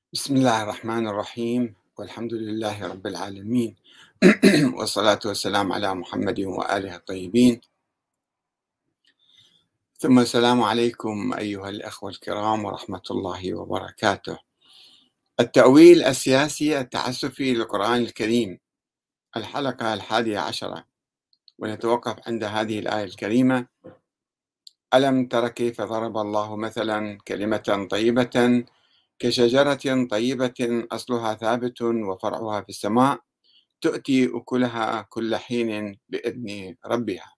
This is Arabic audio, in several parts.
بسم الله الرحمن الرحيم والحمد لله رب العالمين والصلاة والسلام على محمد وآله الطيبين ثم السلام عليكم أيها الأخوة الكرام ورحمة الله وبركاته. التأويل السياسي التعسفي للقرآن الكريم، الحلقة 11، ونتوقف عند هذه الآية الكريمة: ألم تر كيف ضرب الله مثلا كلمة طيبة كشجرة طيبة أصلها ثابت وفرعها في السماء تؤتي أكلها كل حين بإذن ربها.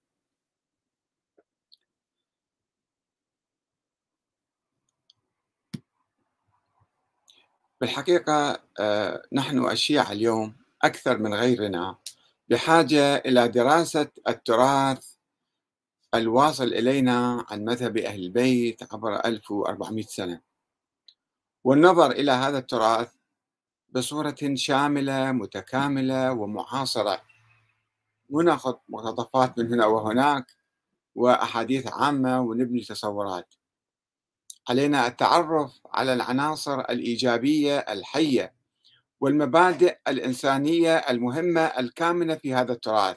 بالحقيقة نحن الشيعة اليوم أكثر من غيرنا بحاجة إلى دراسة التراث الواصل إلينا عن مذهب أهل البيت عبر 1400 سنة، والنظر إلى هذا التراث بصورة شاملة متكاملة ومعاصرة، مو ناخذ مقتطفات من هنا وهناك وأحاديث عامة ونبني تصورات. علينا التعرف على العناصر الإيجابية الحية والمبادئ الإنسانية المهمة الكامنة في هذا التراث،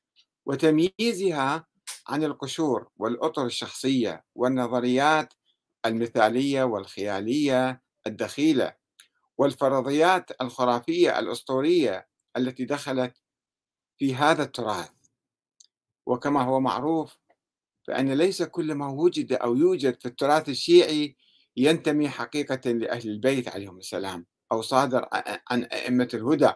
وتمييزها عن القشور والأطر الشخصية والنظريات المثالية والخيالية الدخيلة والفرضيات الخرافية الأسطورية التي دخلت في هذا التراث. وكما هو معروف فإن ليس كل ما وجد أو يوجد في التراث الشيعي ينتمي حقيقة لأهل البيت عليهم السلام أو صادر عن أئمة الهدى،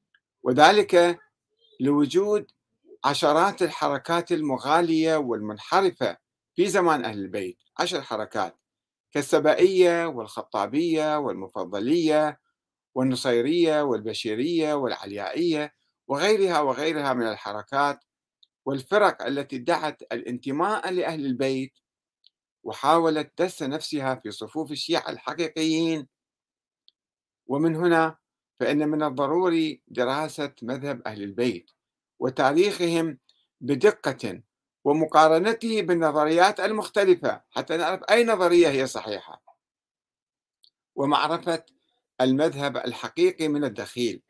وذلك لوجود عشرات الحركات المغالية والمنحرفة في زمان أهل البيت، 10 حركات كالسبائية والخطابية والمفضلية والنصيرية والبشيرية والعليائية وغيرها وغيرها من الحركات والفرق التي ادعت الانتماء لأهل البيت وحاولت دس نفسها في صفوف الشيعة الحقيقيين. ومن هنا فإن من الضروري دراسة مذهب أهل البيت وتاريخهم بدقة ومقارنته بالنظريات المختلفة حتى نعرف أي نظرية هي صحيحة، ومعرفة المذهب الحقيقي من الدخيل.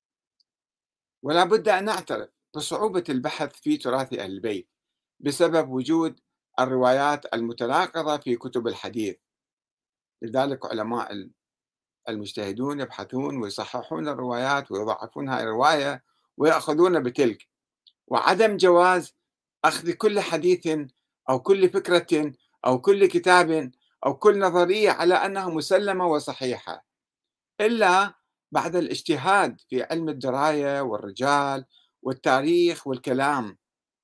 ولا بد أن نعترف بصعوبة البحث في تراث أهل البيت بسبب وجود الروايات المتناقضة في كتب الحديث، لذلك علماء المجتهدون يبحثون ويصححون الروايات ويضعفون هذه الرواية ويأخذون بتلك، وعدم جواز أخذ كل حديث أو كل فكرة أو كل كتاب أو كل نظرية على أنها مسلمة وصحيحة إلا بعد الاجتهاد في علم الدراية والرجال والتاريخ والكلام.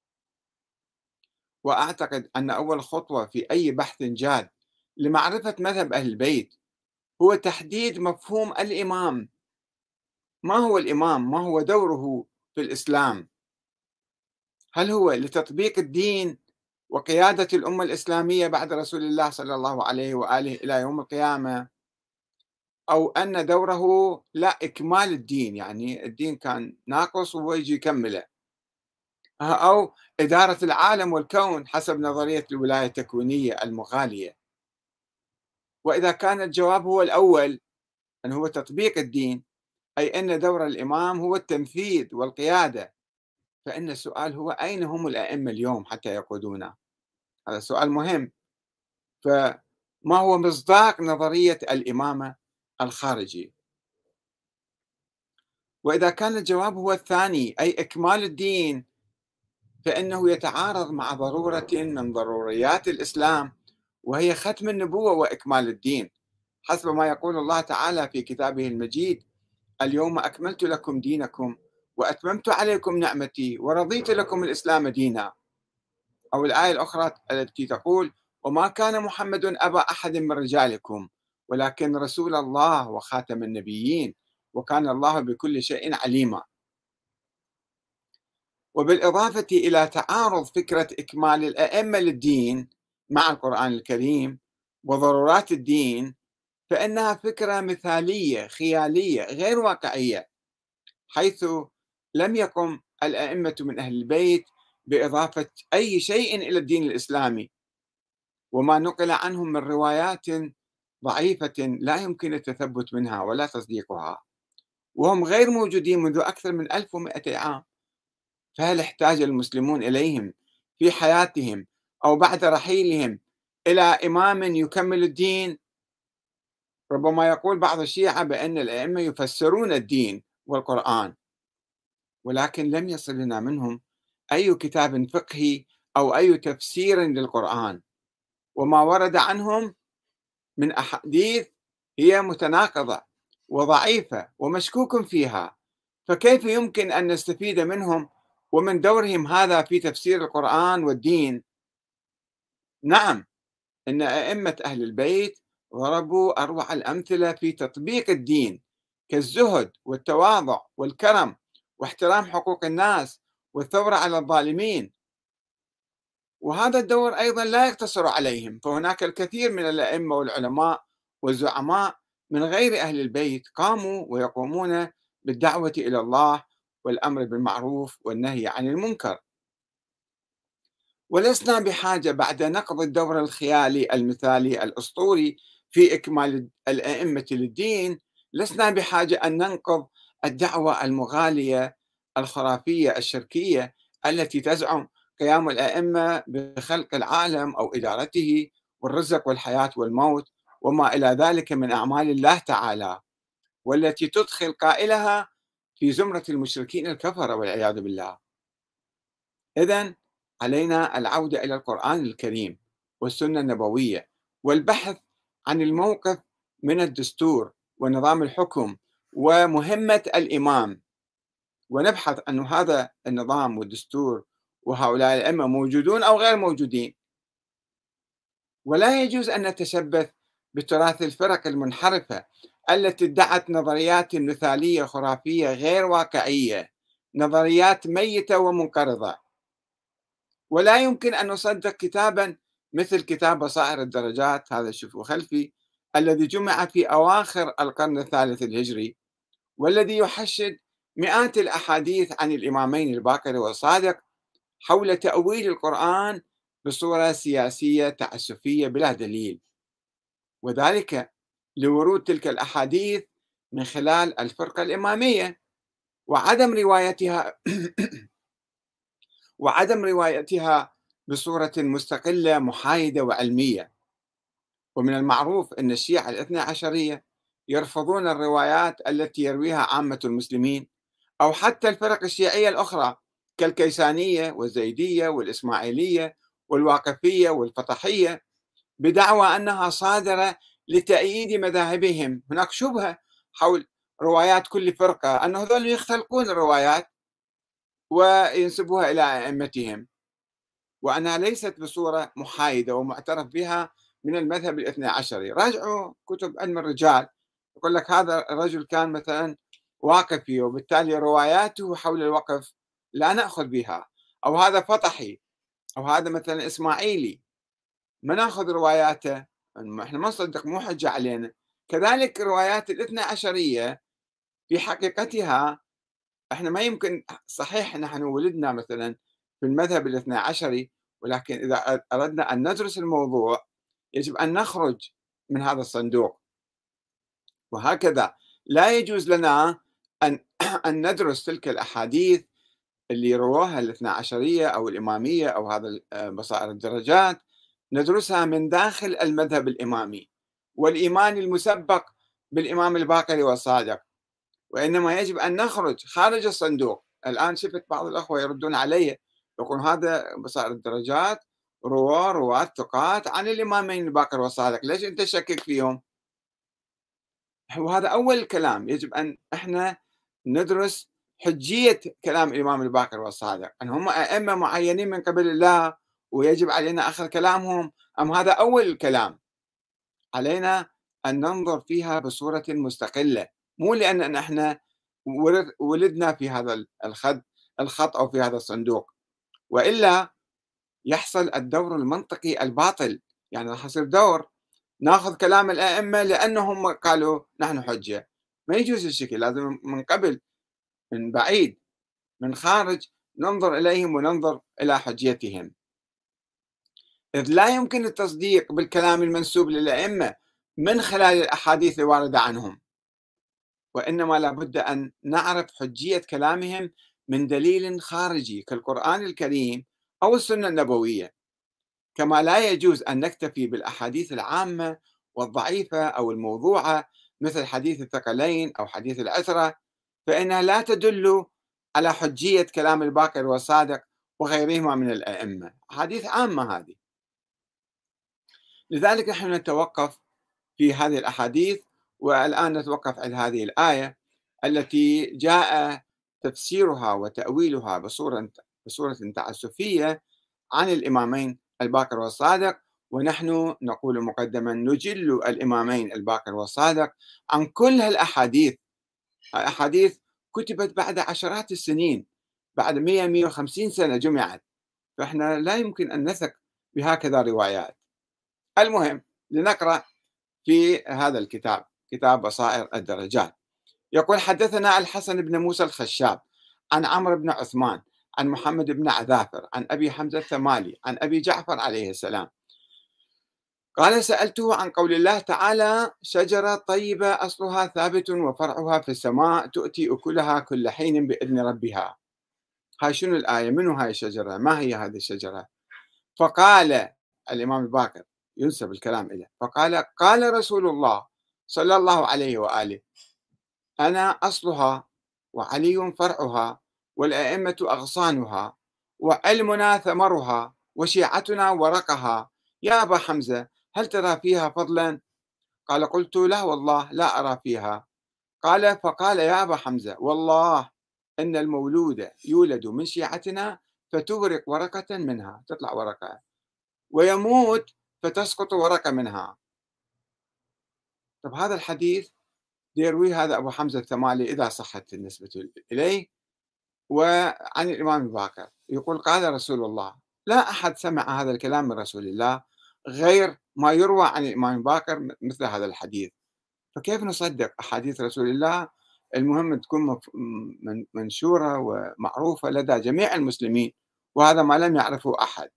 وأعتقد أن أول خطوة في أي بحث جاد لمعرفة مذهب أهل البيت هو تحديد مفهوم الإمام. ما هو الإمام؟ ما هو دوره في الإسلام؟ هل هو لتطبيق الدين وقيادة الأمة الإسلامية بعد رسول الله صلى الله عليه وآله إلى يوم القيامة، أو أن دوره لا إكمال الدين، يعني الدين كان ناقص وهو يجي يكمله، أو إدارة العالم والكون حسب نظرية الولاية التكوينية المغالية؟ وإذا كان الجواب هو الأول أن هو تطبيق الدين، أي أن دور الإمام هو التنفيذ والقيادة، فإن السؤال هو أين هم الأئمة اليوم حتى يقودونا؟ هذا سؤال مهم. فما هو مصداق نظرية الإمامة الخارجي؟ وإذا كان الجواب هو الثاني أي إكمال الدين، فإنه يتعارض مع ضرورة من ضروريات الإسلام وهي ختم النبوة وإكمال الدين، حسب ما يقول الله تعالى في كتابه المجيد: اليوم أكملت لكم دينكم وأتممت عليكم نعمتي ورضيت لكم الإسلام دينا. أو الآية الأخرى التي تقول: وما كان محمد أبا أحد من رجالكم ولكن رسول الله وخاتم النبيين وكان الله بكل شيء عليما. وبالإضافة إلى تعارض فكرة إكمال الأئمة للدين مع القرآن الكريم وضرورات الدين، فإنها فكرة مثالية خيالية غير واقعية، حيث لم يقم الأئمة من أهل البيت بإضافة أي شيء إلى الدين الإسلامي، وما نقل عنهم من روايات ضعيفة لا يمكن التثبت منها ولا تصديقها، وهم غير موجودين منذ أكثر من 1100 عام. فهل احتاج المسلمون إليهم في حياتهم أو بعد رحيلهم إلى إمام يكمل الدين؟ ربما يقول بعض الشيعة بأن الأئمة يفسرون الدين والقرآن، ولكن لم يصل لنا منهم أي كتاب فقهي أو أي تفسير للقرآن، وما ورد عنهم من أحاديث هي متناقضة وضعيفة ومشكوك فيها، فكيف يمكن أن نستفيد منهم ومن دورهم هذا في تفسير القرآن والدين؟ نعم، إن أئمة أهل البيت ضربوا أروع الأمثلة في تطبيق الدين، كالزهد والتواضع والكرم واحترام حقوق الناس والثورة على الظالمين. وهذا الدور أيضا لا يقتصر عليهم، فهناك الكثير من الأئمة والعلماء والزعماء من غير أهل البيت قاموا ويقومون بالدعوة إلى الله والأمر بالمعروف والنهي عن المنكر. ولسنا بحاجة بعد نقض الدور الخيالي المثالي الأسطوري في إكمال الأئمة للدين، لسنا بحاجة أن ننقض الدعوة المغالية الخرافية الشركية التي تزعم قيام الأئمة بخلق العالم أو إدارته والرزق والحياة والموت وما إلى ذلك من أعمال الله تعالى، والتي تدخل قائلها في زمرة المشركين الكفرة والعياذ بالله. إذن علينا العودة إلى القرآن الكريم والسنة النبوية والبحث عن الموقف من الدستور ونظام الحكم ومهمة الإمام، ونبحث أن هذا النظام والدستور وهؤلاء الأئمة موجودون أو غير موجودين. ولا يجوز أن نتشبث بتراث الفرق المنحرفة التي ادعت نظريات مثالية خرافية غير واقعية، نظريات ميتة ومنقرضة. ولا يمكن أن نصدق كتابا مثل كتاب بصائر الدرجات، هذا شوفوا خلفي، الذي جمع في أواخر القرن الثالث الهجري، والذي يحشد مئات الأحاديث عن الإمامين الباقر والصادق حول تأويل القرآن بصورة سياسية تعسفية بلا دليل، وذلك لورود تلك الأحاديث من خلال الفرقة الإمامية وعدم روايتها وعدم روايتها بصورة مستقلة محايدة وعلمية. ومن المعروف أن الشيعة الاثنى عشرية يرفضون الروايات التي يرويها عامة المسلمين أو حتى الفرق الشيعية الأخرى كالكيسانية والزيدية والإسماعيلية والواقفية والفطحية، بدعوى أنها صادرة لتأييد مذاهبهم. هناك شبهة حول روايات كل فرقة أن هذول يختلقون الروايات وينسبوها إلى أئمتهم، وأنها ليست بصورة محايدة ومعترف بها من المذهب الاثنى عشري. راجعوا كتب علم الرجال، يقول لك هذا الرجل كان مثلا واقفي وبالتالي رواياته حول الوقف لا نأخذ بها، أو هذا فطحي، أو هذا مثلا إسماعيلي ما نأخذ رواياته، احنا ما نصدق، مو حجة علينا. كذلك روايات الاثنى عشرية في حقيقتها احنا ما يمكن، صحيح نحن ولدنا مثلا في المذهب الاثنى عشري، ولكن إذا أردنا أن ندرس الموضوع يجب أن نخرج من هذا الصندوق. وهكذا لا يجوز لنا أن أن ندرس تلك الأحاديث اللي رواها الاثنى عشرية أو الإمامية أو هذا بصائر الدرجات، ندرسها من داخل المذهب الإمامي والإيمان المسبق بالإمام الباقر والصادق، وإنما يجب أن نخرج خارج الصندوق. الآن شفت بعض الأخوة يردون علي، يقول هذا بصائر الدرجات رواة ثقات عن الإمامين الباقر والصادق، ليش أنت تشكك فيهم؟ وهذا أول كلام، يجب أن إحنا ندرس حجية كلام الإمام الباقر والصادق، أن هم أئمة معينين من قبل الله ويجب علينا أخذ كلامهم، أم هذا أول الكلام؟ علينا أن ننظر فيها بصورة مستقلة، مو لأن إحنا ولدنا في هذا الخط أو في هذا الصندوق، وإلا يحصل الدور المنطقي الباطل. يعني راح يصير دور ناخذ كلام الأئمة لأنهم قالوا نحن حجة، ما يجوز الشكل، لازم من قبل، من بعيد، من خارج ننظر إليهم وننظر إلى حجيتهم، إذ لا يمكن التصديق بالكلام المنسوب للأئمة من خلال الأحاديث الواردة عنهم، وإنما لابد أن نعرف حجية كلامهم من دليل خارجي كالقرآن الكريم أو السنة النبوية. كما لا يجوز أن نكتفي بالأحاديث العامة والضعيفة أو الموضوعة مثل حديث الثقلين أو حديث العترة، فإنها لا تدل على حجية كلام الباقر والصادق وغيرهما من الأئمة، أحاديث عامة هذه. لذلك نحن نتوقف في هذه الأحاديث، والآن نتوقف عند هذه الآية التي جاء تفسيرها وتأويلها بصورة تعسفية عن الإمامين الباقر والصادق. ونحن نقول مقدما نجل الإمامين الباقر والصادق عن كل هالأحاديث. الأحاديث كتبت بعد عشرات السنين، بعد 100-150 سنة جمعت، فإحنا لا يمكن أن نثق بهكذا روايات. المهم لنقرأ في هذا الكتاب، كتاب بصائر الدرجات. يقول: حدثنا الحسن بن موسى الخشاب عن عمرو بن عثمان عن محمد بن عذافر عن أبي حمزة الثمالي عن أبي جعفر عليه السلام قال: سألته عن قول الله تعالى: شجرة طيبة أصلها ثابت وفرعها في السماء تؤتي أكلها كل حين بإذن ربها. هاي شنو الآية؟ منو هاي الشجرة؟ ما هي هذه الشجرة؟ فقال الإمام الباقر، ينسب الكلام إليه، فقال: قال رسول الله صلى الله عليه وآله: أنا أصلها وعلي فرعها والأئمة أغصانها وعلمنا ثمرها وشيعتنا ورقها. يا أبا حمزة، هل ترى فيها فضلا؟ قال: قلت: لا والله لا أرى فيها. قال: فقال: يا أبا حمزة، والله إن المولود يولد من شيعتنا فتبرق ورقة منها، تطلع ورقة، ويموت فتسقط ورقة منها. طب هذا الحديث يروي هذا أبو حمزة الثمالي إذا صحت النسبة إليه، وعن الإمام الباقر يقول: قال رسول الله. لا أحد سمع هذا الكلام من رسول الله غير ما يروى عن الإمام الباقر مثل هذا الحديث. فكيف نصدق أحاديث رسول الله؟ المهم تكون منشورة ومعروفة لدى جميع المسلمين، وهذا ما لم يعرفه أحد.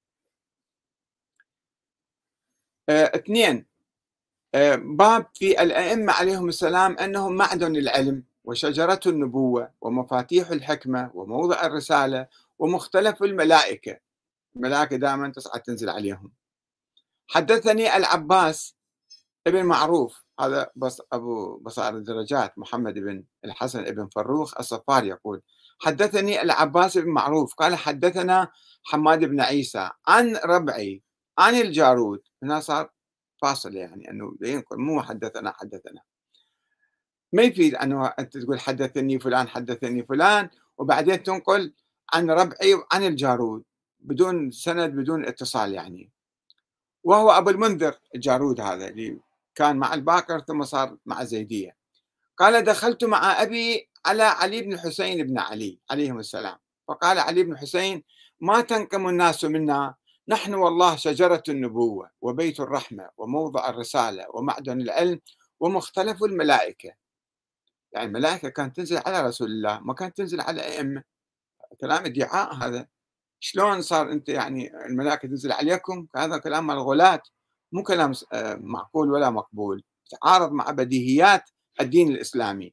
اثنين، باب في الأئمة عليهم السلام أنهم معدن العلم وشجرة النبوة ومفاتيح الحكمة وموضع الرسالة ومختلف الملائكة. الملائكة دائما تصعد تنزل عليهم. حدثني العباس ابن معروف، هذا أبو بصائر الدرجات محمد بن الحسن بن فروخ الصفار، يقول: حدثني العباس بن معروف قال: حدثنا حماد بن عيسى عن ربعي عن الجارود. هنا صار فاصل، يعني أنه ينقل، مو حدثنا ما يفيد أنه أنت تقول حدثني فلان حدثني فلان وبعدين تنقل عن ربعي وعن الجارود بدون سند بدون اتصال يعني. وهو أبو المنذر الجارود هذا اللي كان مع الباقر ثم صار مع الزيدية. قال: دخلت مع أبي على علي بن الحسين بن علي عليهم السلام، فقال علي بن الحسين: ما تنقم الناس منا، نحن والله شجرة النبوة وبيت الرحمة وموضع الرسالة ومعدن العلم ومختلف الملائكة. يعني الملائكة كانت تنزل على رسول الله، ما كانت تنزل على أئمة. كلام ادعاء هذا. شلون صار أنت يعني الملائكة تنزل عليكم؟ هذا كلام الغلاة، مو كلام معقول ولا مقبول، يتعارض مع بديهيات الدين الإسلامي.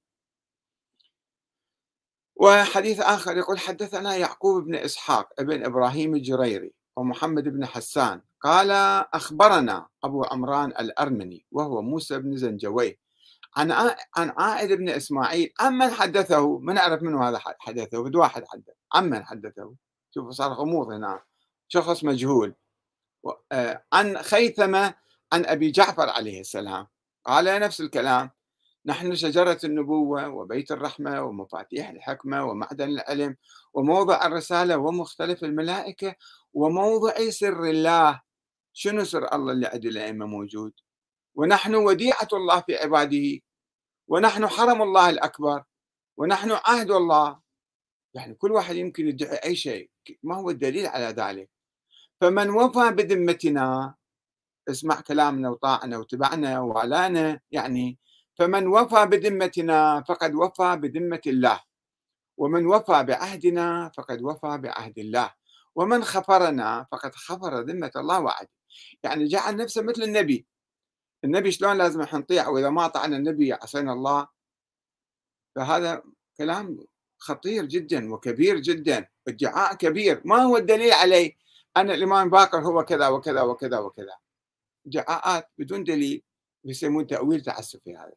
وحديث آخر يقول: حدثنا يعقوب بن إسحاق ابن إبراهيم الجريري ومحمد بن حسان قال: أخبرنا أبو عمران الأرمني وهو موسى بن زنجوي عن عائد بن إسماعيل عمن حدثه. ما نعرف منه هذا حدثه، بد واحد حدث عمن حدثه. شوفوا صار غموض هنا، شخص مجهول. عن خيثمة عن أبي جعفر عليه السلام قال نفس الكلام: نحن شجرة النبوة وبيت الرحمة ومفاتيح الحكمة ومعدن العلم وموضع الرسالة ومختلف الملائكة وموضع سر الله. شنو سر الله اللي عند الأئمة موجود؟ ونحن وديعة الله في عباده، ونحن حرم الله الأكبر، ونحن عهد الله. يعني كل واحد يمكن يدعي أي شيء، ما هو الدليل على ذلك؟ فمن وفى بذمتنا، اسمع كلامنا وطاعنا واتبعنا ووالانا، يعني فمن وفى بذمتنا فقد وفى بذمة الله، ومن وفى بعهدنا فقد وفى بعهد الله، ومن خفرنا فقد خفر ذمة الله وعهده. يعني جعل نفسه مثل النبي، النبي شلون لازم إحنا نطيع، وإذا ما أطعنا النبي عصينا الله؟ فهذا كلام خطير جدًا وكبير جدًا، ادعاء كبير، ما هو الدليل عليه؟ أن الإمام باكر هو كذا وكذا وكذا وكذا، ادعاءات بدون دليل، يسمون تأويل تعسفي هذا.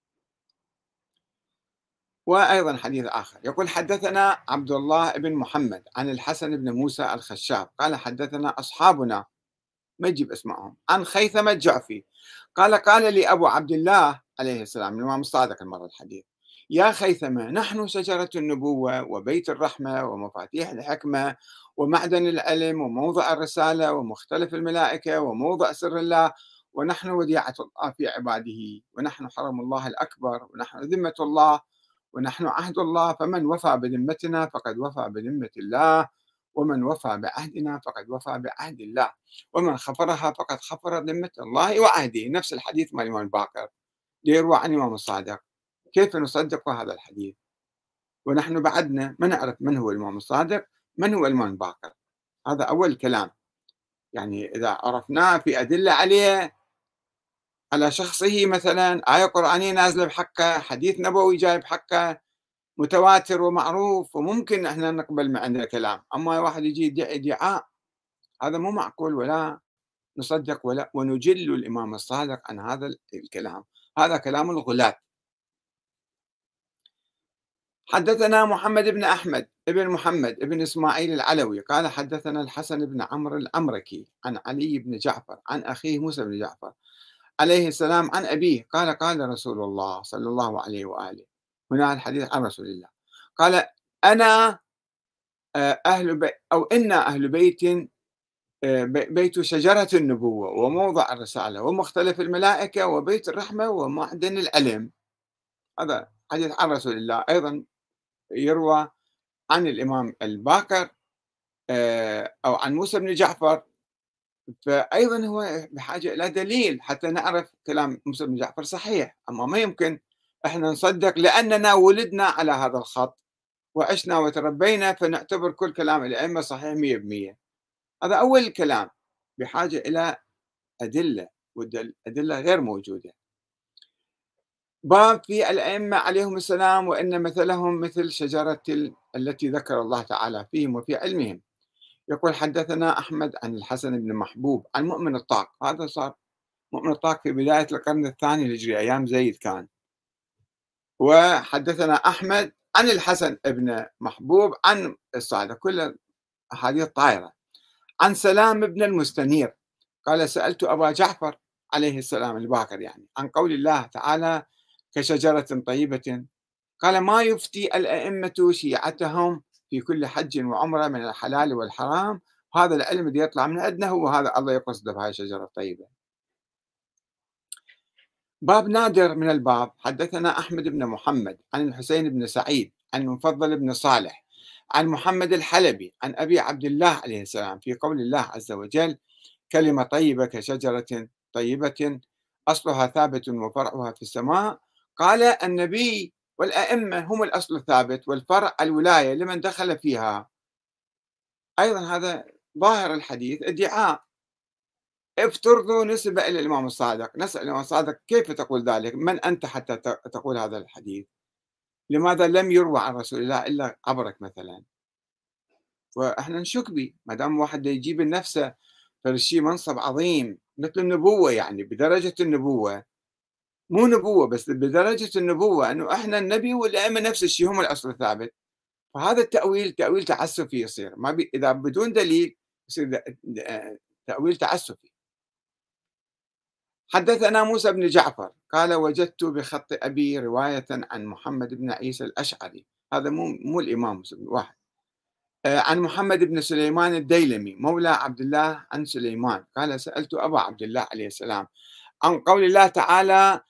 وأيضًا حديث آخر يقول: حدثنا عبد الله بن محمد عن الحسن بن موسى الخشاب قال: حدثنا أصحابنا، ما يجيب اسمائهم، عن خيثمة الجعفي قال لي أبو عبد الله عليه السلام، الإمام الصادق المرة الحديث: يا خيثمة، نحن شجرة النبوة وبيت الرحمة ومفاتيح الحكمة ومعدن العلم وموضع الرسالة ومختلف الملائكة وموضع سر الله، ونحن وديعة الله في عباده، ونحن حرم الله الأكبر، ونحن ذمة الله، ونحن عهد الله، فمن وفى بذمتنا فقد وفى بذمة الله، ومن وفى بعهدنا فقد وفى بعهد الله، ومن خفرها فقد خفر ذمة الله وعهده. نفس الحديث مال الإمام الباقر يروى عن الإمام الصادق. كيف نصدق هذا الحديث ونحن بعدنا ما نعرف من هو الإمام الصادق، من هو الإمام الباقر؟ هذا أول كلام. يعني إذا عرفناه في أدلة عليه، على شخصه مثلا، آية قرآنية نازلة بحقه، حديث نبوي جاي بحقه متواتر ومعروف، وممكن احنا نقبل من عنده كلام. اما واحد يجي يدعي ادعاء، هذا مو معقول، ولا نصدق ولا ونجل الامام الصادق عن هذا الكلام. هذا كلام الغلاة. حدثنا محمد بن احمد بن محمد بن اسماعيل العلوي قال: حدثنا الحسن بن عمرو الامركي عن علي بن جعفر عن اخيه موسى بن جعفر عليه السلام عن ابيه قال: قال رسول الله صلى الله عليه واله. هنا الحديث عن رسول الله. قال: انا أهل بي أو إنا أهل بيت، بيت شجرة النبوة وموضع الرسالة ومختلف الملائكة وبيت الرحمة ومعدن العلم. هذا حديث عن رسول الله. أيضا يروى عن الإمام الباقر أو عن موسى بن جعفر، فأيضا هو بحاجة إلى دليل حتى نعرف كلام موسى بن جعفر صحيح. أما ما يمكن إحنا نصدق لأننا ولدنا على هذا الخط وعشنا وتربينا فنعتبر كل كلام الأئمة صحيح 100%. هذا أول كلام، بحاجة إلى أدلة، والأدلة غير موجودة. باب في الأئمة عليهم السلام وإن مثلهم مثل شجرة التي ذكر الله تعالى فيهم وفي علمهم. يقول: حدثنا أحمد عن الحسن بن محبوب عن مؤمن الطاق. هذا صار مؤمن الطاق في بداية القرن الثاني الهجري، أيام زيد كان. وحدثنا أحمد عن الحسن بن محبوب عن الصادق، كل أحاديث طائرة. عن سلام بن المستنير قال: سألت أبا جعفر عليه السلام الباقر يعني عن قول الله تعالى: كشجرة طيبة. قال: ما يفتي الأئمة شيعتهم في كل حج وعمرة من الحلال والحرام. هذا العلم اللي يطلع من عندنا هو هذا الله يقصده بهاي الشجرة الطيبة. باب نادر من الباب. حدثنا أحمد بن محمد عن الحسين بن سعيد عن المفضل بن صالح عن محمد الحلبي عن أبي عبد الله عليه السلام في قول الله عز وجل: كلمة طيبة كشجرة طيبة أصلها ثابت وفرعها في السماء. قال: النبي والأئمة هم الأصل الثابت، والفرع الولاية لمن دخل فيها. أيضا هذا ظاهر الحديث ادعاء. افترضوا نسبة إلى الإمام الصادق، نسأل الإمام الصادق: كيف تقول ذلك؟ من أنت حتى تقول هذا الحديث؟ لماذا لم يروى عن رسول الله إلا عبرك مثلا؟ وإحنا نشك به ما دام واحد يجيب لنفسه فالشيء منصب عظيم مثل النبوة، يعني بدرجة النبوة، مو نبوة بس بدرجة النبوة، أنه إحنا النبي والأئمة نفس الشيء هم الأصل الثابت. فهذا التأويل تأويل تعسفي يصير، ما إذا بدون دليل يصير تأويل تعسفي. حدثنا موسى بن جعفر قال: وجدت بخط أبي رواية عن محمد بن عيسى الأشعري. هذا مو الإمام واحد. عن محمد بن سليمان الديلمي مولى عبد الله عن سليمان قال: سألت أبا عبد الله عليه السلام عن قول الله تعالى: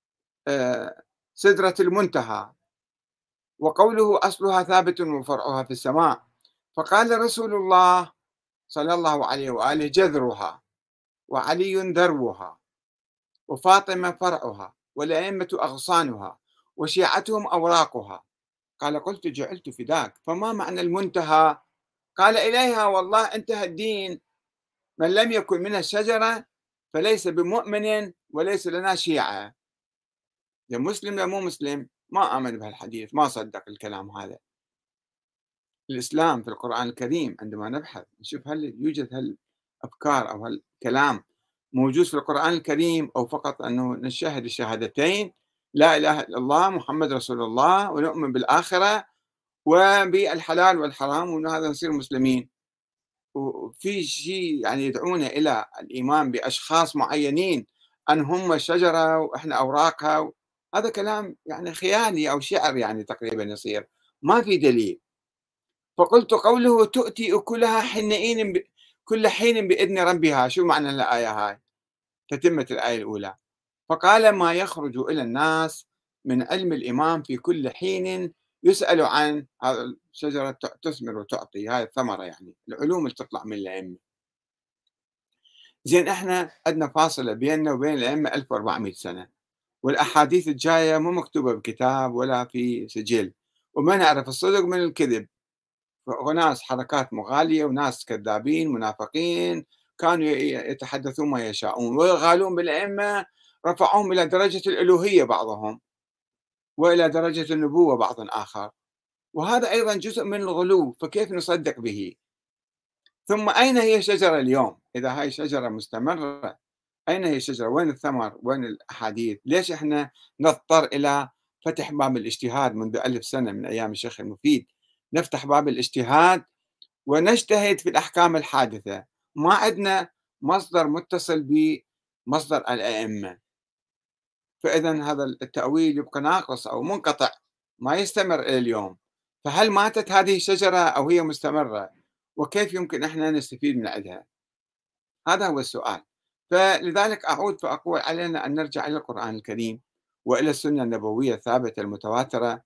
سدرة المنتهى، وقوله أصلها ثابت وفرعها في السماء. فقال رسول الله صلى الله عليه وآله: جذرها، وعلي ذروها، وفاطمة فرعها، والأئمة أغصانها، وشيعتهم أوراقها. قال: قلت: جعلت فداك، فما معنى المنتهى؟ قال: إليها والله انتهى الدين. من لم يكن من الشجرة فليس بمؤمن وليس لنا شيعة. يا مسلم يا مو مسلم ما آمن بهالحديث، ما صدق الكلام هذا. الإسلام في القرآن الكريم عندما نبحث نشوف هل يوجد هالأفكار أو هالكلام موجود في القرآن الكريم، أو فقط أنه نشهد الشهادتين لا إله إلا الله محمد رسول الله ونؤمن بالآخرة وبالحلال والحرام وأن هذا نصير مسلمين. وفي شيء يعني يدعونا إلى الإيمان بأشخاص معينين أن هم شجرة وإحنا أوراقها. هذا كلام يعني خيالي أو شعر يعني تقريبا يصير، ما في دليل. فقلت قوله تؤتي أكلها حينئذ كل حين بإذن ربها، شو معنى الآية هاي؟ تتمة الآية الأولى. فقال ما يخرج إلى الناس من علم الإمام في كل حين يسأل عن هذا الشجرة تثمر وتعطي، هاي الثمرة يعني العلوم اللي تطلع من الأئمة. زين احنا عندنا فاصلة بيننا وبين الأئمة 1400 سنة، والأحاديث الجاية مو مكتوبة بكتاب ولا في سجل، وما نعرف الصدق من الكذب. وناس حركات مغالية وناس كذابين منافقين كانوا يتحدثون ما يشاءون ويغالون بالأئمة، رفعوهم إلى درجة الألوهية بعضهم وإلى درجة النبوة بعض آخر، وهذا أيضا جزء من الغلو، فكيف نصدق به؟ ثم أين هي الشجرة اليوم؟ إذا هاي شجرة مستمرة أين هي الشجرة؟ وين الثمر؟ وين الأحاديث؟ ليش إحنا نضطر إلى فتح باب الاجتهاد منذ 1000 سنة من أيام الشيخ المفيد؟ نفتح باب الاجتهاد ونجتهد في الأحكام الحادثة، ما عندنا مصدر متصل بمصدر الأئمة. فإذا هذا التأويل يبقى ناقص أو منقطع، ما يستمر إلى اليوم. فهل ماتت هذه الشجرة أو هي مستمرة؟ وكيف يمكن إحنا نستفيد من عندها؟ هذا هو السؤال. فلذلك أعود فأقول علينا أن نرجع إلى القرآن الكريم وإلى السنة النبوية الثابتة المتواترة،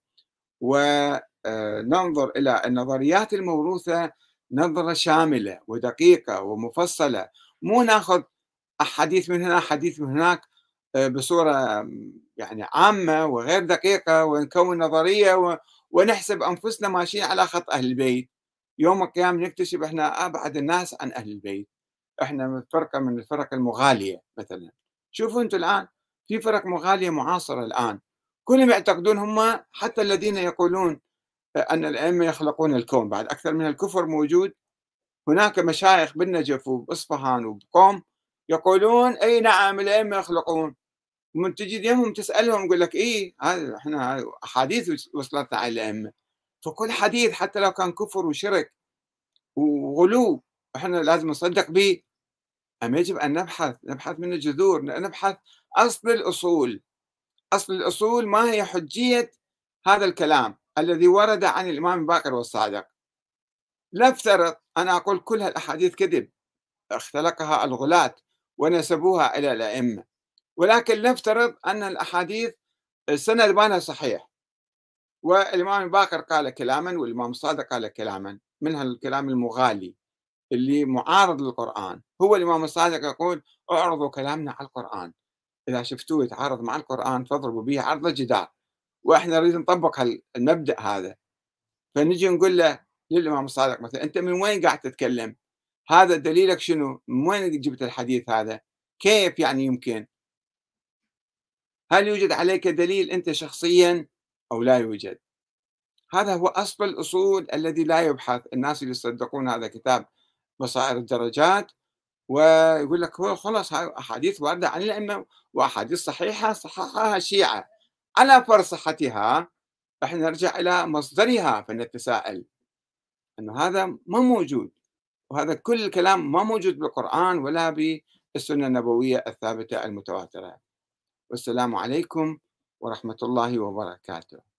وننظر إلى النظريات الموروثة نظرة شاملة ودقيقة ومفصلة، مو ناخذ حديث من هنا حديث من هناك بصورة يعني عامة وغير دقيقة، ونكون نظرية ونحسب أنفسنا ماشيين على خط أهل البيت. يوم القيامة نكتشف إحنا أبعد الناس عن أهل البيت، إحنا من فرقة من الفرق المغالية مثلا. شوفوا أنتم الآن في فرق مغالية معاصرة الآن كلهم يعتقدون، هم حتى الذين يقولون أن الأئمة يخلقون الكون، بعد أكثر من الكفر موجود. هناك مشايخ بالنجف وبإصفهان وبقوم يقولون أي نعم الأئمة يخلقون، ومن تجي يمهم تسألهم يقول لك إيه هذا إحنا هاي أحاديث وصلتنا على الأئمة. فكل حديث حتى لو كان كفر وشرك وغلو إحنا لازم نصدق به. أما يجب أن نبحث من الجذور، نبحث أصل الأصول. أصل الأصول ما هي حجية هذا الكلام الذي ورد عن الإمام الباقر والصادق. لا افترض أنا أقول كل هالأحاديث كذب اختلقها الغلاة ونسبوها إلى الأئمة، ولكن نفترض أن الأحاديث السند مالها صحيح، والإمام الباقر قال كلاما والإمام الصادق قال كلاما، منها الكلام المغالي اللي معارض للقرآن. هو الإمام الصادق يقول اعرضوا كلامنا على القرآن، إذا شفتوه يتعارض مع القرآن فاضربوا به عرض الجدار. وإحنا نريد نطبق المبدأ هذا، فنجي نقول له للإمام الصادق مثلا أنت من وين قاعد تتكلم؟ هذا دليلك شنو؟ من وين جبت الحديث هذا؟ كيف يعني يمكن؟ هل يوجد عليك دليل أنت شخصيا أو لا يوجد؟ هذا هو أصل الأصول الذي لا يبحث. الناس اللي يصدقون هذا كتاب بصائر الدرجات ويقول لك هو خلاص هاي أحاديث واردة عن الأئمة وأحاديث صحيحة صححها الشيعة، على فرض صحتها احنا نرجع إلى مصدرها فنتساءل أنه هذا ما موجود، وهذا كل الكلام ما موجود بالقرآن ولا بالسنة النبوية الثابتة المتواترة. والسلام عليكم ورحمة الله وبركاته.